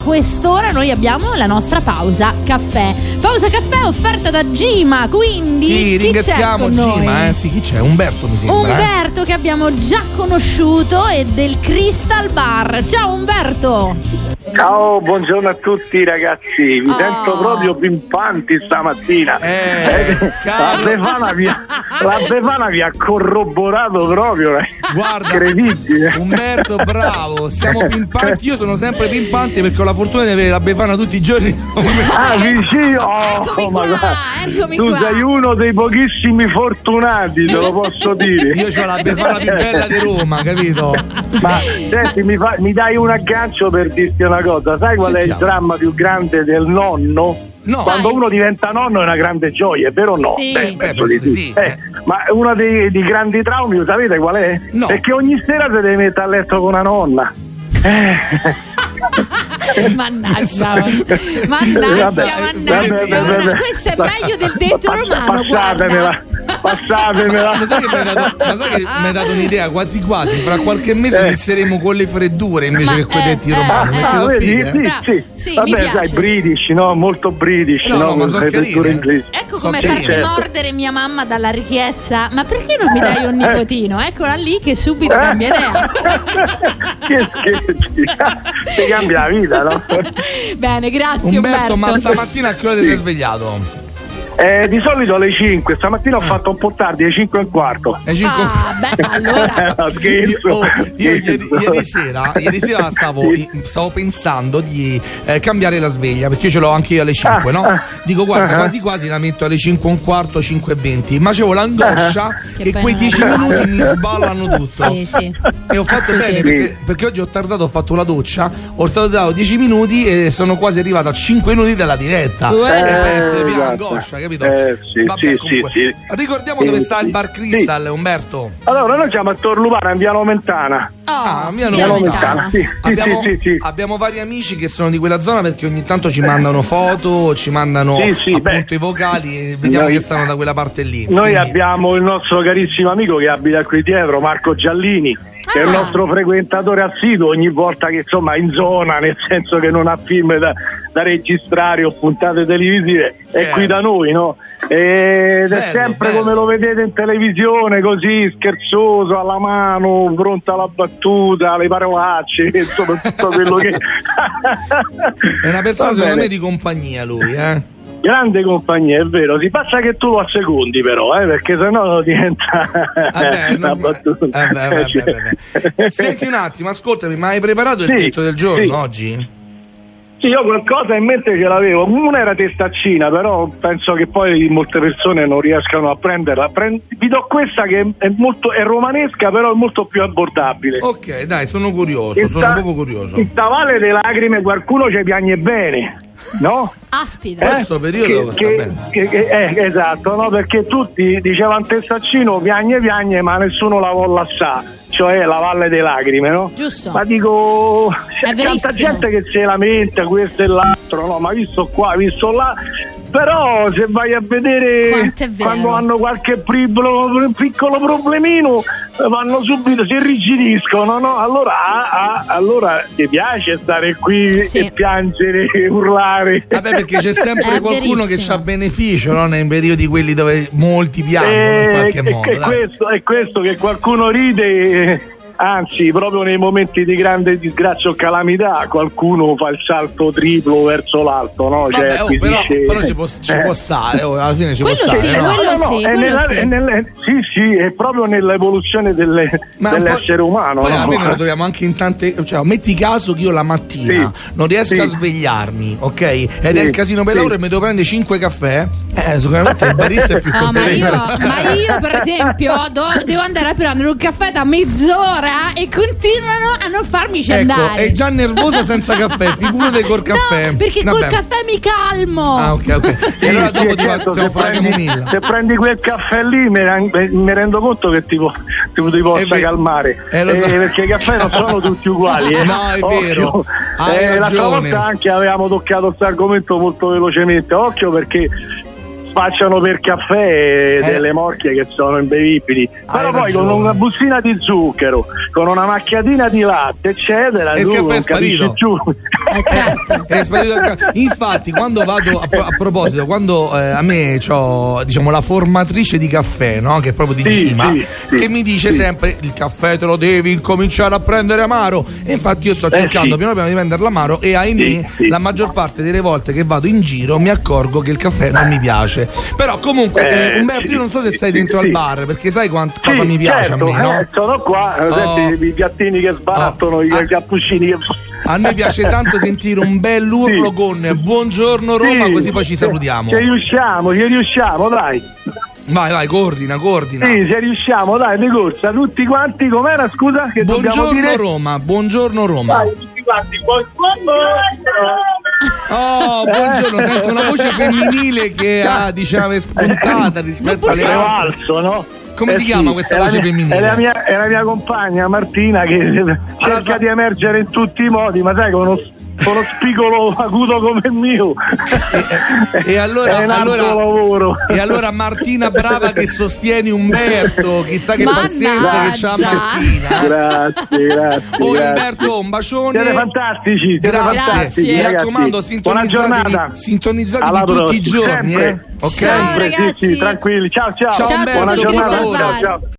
quest'ora noi abbiamo la nostra pausa caffè. Pausa caffè offerta da Gima, quindi sì, ringraziamo Gima, sì, chi c'è? Umberto mi sembra. Umberto che abbiamo già conosciuto è del Crystal Bar. Ciao Umberto. Ciao, buongiorno a tutti ragazzi, vi sento proprio pimpanti stamattina. La Befana vi ha corroborato proprio. Guarda, incredibile. Umberto, bravo, siamo pimpanti. Io sono sempre pimpante perché ho la fortuna di avere la Befana tutti i giorni. Eccomi tu sei uno dei pochissimi fortunati, te lo posso dire. Io ho la Befana più bella di Roma, capito? Ma senti, mi dai un aggancio per dirti una cosa, sai qual è il dramma più grande del nonno? No. Quando uno diventa nonno è una grande gioia, è vero o no? Sì. Sì. Ma uno dei grandi traumi, lo sapete qual è? No. Perché ogni sera si deve mettere a letto con una nonna. Mannaggia. Questo è meglio del detto romano. Passatemela. Ma sai che mi hai dato un'idea? Quasi fra qualche mese inizieremo con le freddure invece che quei detti romani. Sì, vabbè, sai, British, no? Molto British, no? Ma sono carine. Ecco come farti mordere mia mamma dalla richiesta. Ma perché non mi dai un nipotino? Eccola lì che subito cambia idea. Che scherzi. Ti cambia la vita, no? Bene, grazie Umberto. Umberto. Ma stamattina a che ora ti sei svegliato? Di solito alle 5, stamattina ho fatto un po' tardi, alle 5 e un quarto. Allora. Scherzo. Io ieri sera stavo pensando di cambiare la sveglia, perché io ce l'ho anche io alle 5, no? Dico, guarda, quasi la metto alle 5 e un quarto, 5 e 20, ma c'avevo l'angoscia che quei 10 minuti mi sballano tutto. Sì. E ho fatto bene perché oggi ho tardato, ho fatto la doccia, ho tardato 10 minuti e sono quasi arrivato a 5 minuti dalla diretta. L'angoscia, capito? Sì. Ricordiamo dove sta il bar Crystal, Umberto. Allora, noi siamo a Torlupana, in via Nomentana. Via Nomentana. Abbiamo vari amici che sono di quella zona perché ogni tanto ci mandano foto, ci mandano appunto i vocali e vediamo che stanno da quella parte lì. Noi abbiamo il nostro carissimo amico che abita qui dietro, Marco Giallini, che è il nostro frequentatore assiduo ogni volta che insomma in zona, nel senso che non ha film da registrare o puntate televisive, è qui da noi, no? Ed è sempre come lo vedete in televisione, così scherzoso, alla mano, pronta alla battuta, alle parolacce, insomma tutto quello che è una persona secondo me di compagnia lui, grande compagnia, è vero, si passa che tu lo assecondi però, perché sennò diventa una battuta. Senti un attimo, ascoltami, ma hai preparato il detto del giorno oggi? Sì, io qualcosa in mente ce l'avevo, una era testaccina, però penso che poi molte persone non riescano a prenderla. Vi do questa che è romanesca, però è molto più abbordabile. Ok, dai, sono curioso, sono proprio curioso. Il Tavale delle lacrime qualcuno ci piagne bene, no? Aspita. Questo periodo sta bene. Esatto, no? Perché tutti dicevano testaccino piagne, ma nessuno la vuole assare. Cioè la Valle delle Lacrime, no? Giusto. Ma dico, c'è tanta gente che si lamenta questo e l'altro, no? Ma visto qua, visto là. Però se vai a vedere quando hanno qualche piccolo problemino vanno subito, si irrigidiscono, no? Allora ti piace stare qui e piangere, urlare. Vabbè, perché c'è sempre qualcuno che c'ha beneficio, no? Nei periodi quelli dove molti piangono in qualche modo. È questo che qualcuno ride. Anzi, proprio nei momenti di grande disgrazia o calamità qualcuno fa il salto triplo verso l'alto, no? Vabbè, però ci può stare, alla fine ci può stare. Sì, è proprio nell'evoluzione dell'essere umano. Poi alla fine lo troviamo anche in tante. Cioè, metti caso che io la mattina non riesco a svegliarmi, ok? Ed è il casino per loro e mi devo prendere 5 caffè. Sicuramente il barista è più contento. Ma io, per esempio, devo andare a prendere un caffè da mezz'ora e continuano a non farmici andare. È già nervosa senza caffè, figurati col caffè. No, perché col caffè mi calmo. Ok. E allora dopo ti faccio la camomilla. Se prendi quel caffè lì mi rendo conto che ti possa calmare. Perché i caffè non sono tutti uguali. No, è vero. L'altra volta anche avevamo toccato questo argomento molto velocemente. Occhio perché spacciano per caffè delle morchie che sono imbevibili, però poi con una bustina di zucchero, con una macchiatina di latte, eccetera, e il caffè è sparito. Certo. È sparito. Infatti, quando vado a proposito, quando a me c'ho, diciamo, la formatrice di caffè, no? Che è proprio di Cima, che mi dice sempre: il caffè te lo devi incominciare a prendere amaro. E infatti io sto cercando piano piano di venderlo amaro, e ahimè la maggior parte delle volte che vado in giro mi accorgo che il caffè non mi piace. Però comunque Umberto, io non so se sei dentro al bar, perché sai cosa mi piace, certo, a me, no? Sono qua, senti i piattini che sbarattano, i cappuccini che... A noi piace tanto sentire un bel urlo con buongiorno Roma, così poi ci salutiamo. Ci riusciamo, dai. Vai, coordina. Sì, se riusciamo, dai, di corsa, tutti quanti, com'era, scusa? Che buongiorno Roma, buongiorno Roma. Dai, tutti quanti, buongiorno. Oh, buongiorno, sento una voce femminile che ha, diciamo, è spuntata rispetto alle altre, no? Come si chiama questa voce femminile? È la mia compagna Martina, che cerca di emergere in tutti i modi, ma sai, con uno spigolo acuto come il mio. E allora lavoro. E allora Martina brava che sostieni Umberto, chissà che pazienza che c'ha Martina. Grazie. Umberto, un bacione. Siete fantastici, grazie. Mi raccomando, sintonizzatevi tutti i giorni, ok? Ciao, ragazzi. Sì, tranquilli. Ciao. Umberto, buona giornata. ciao.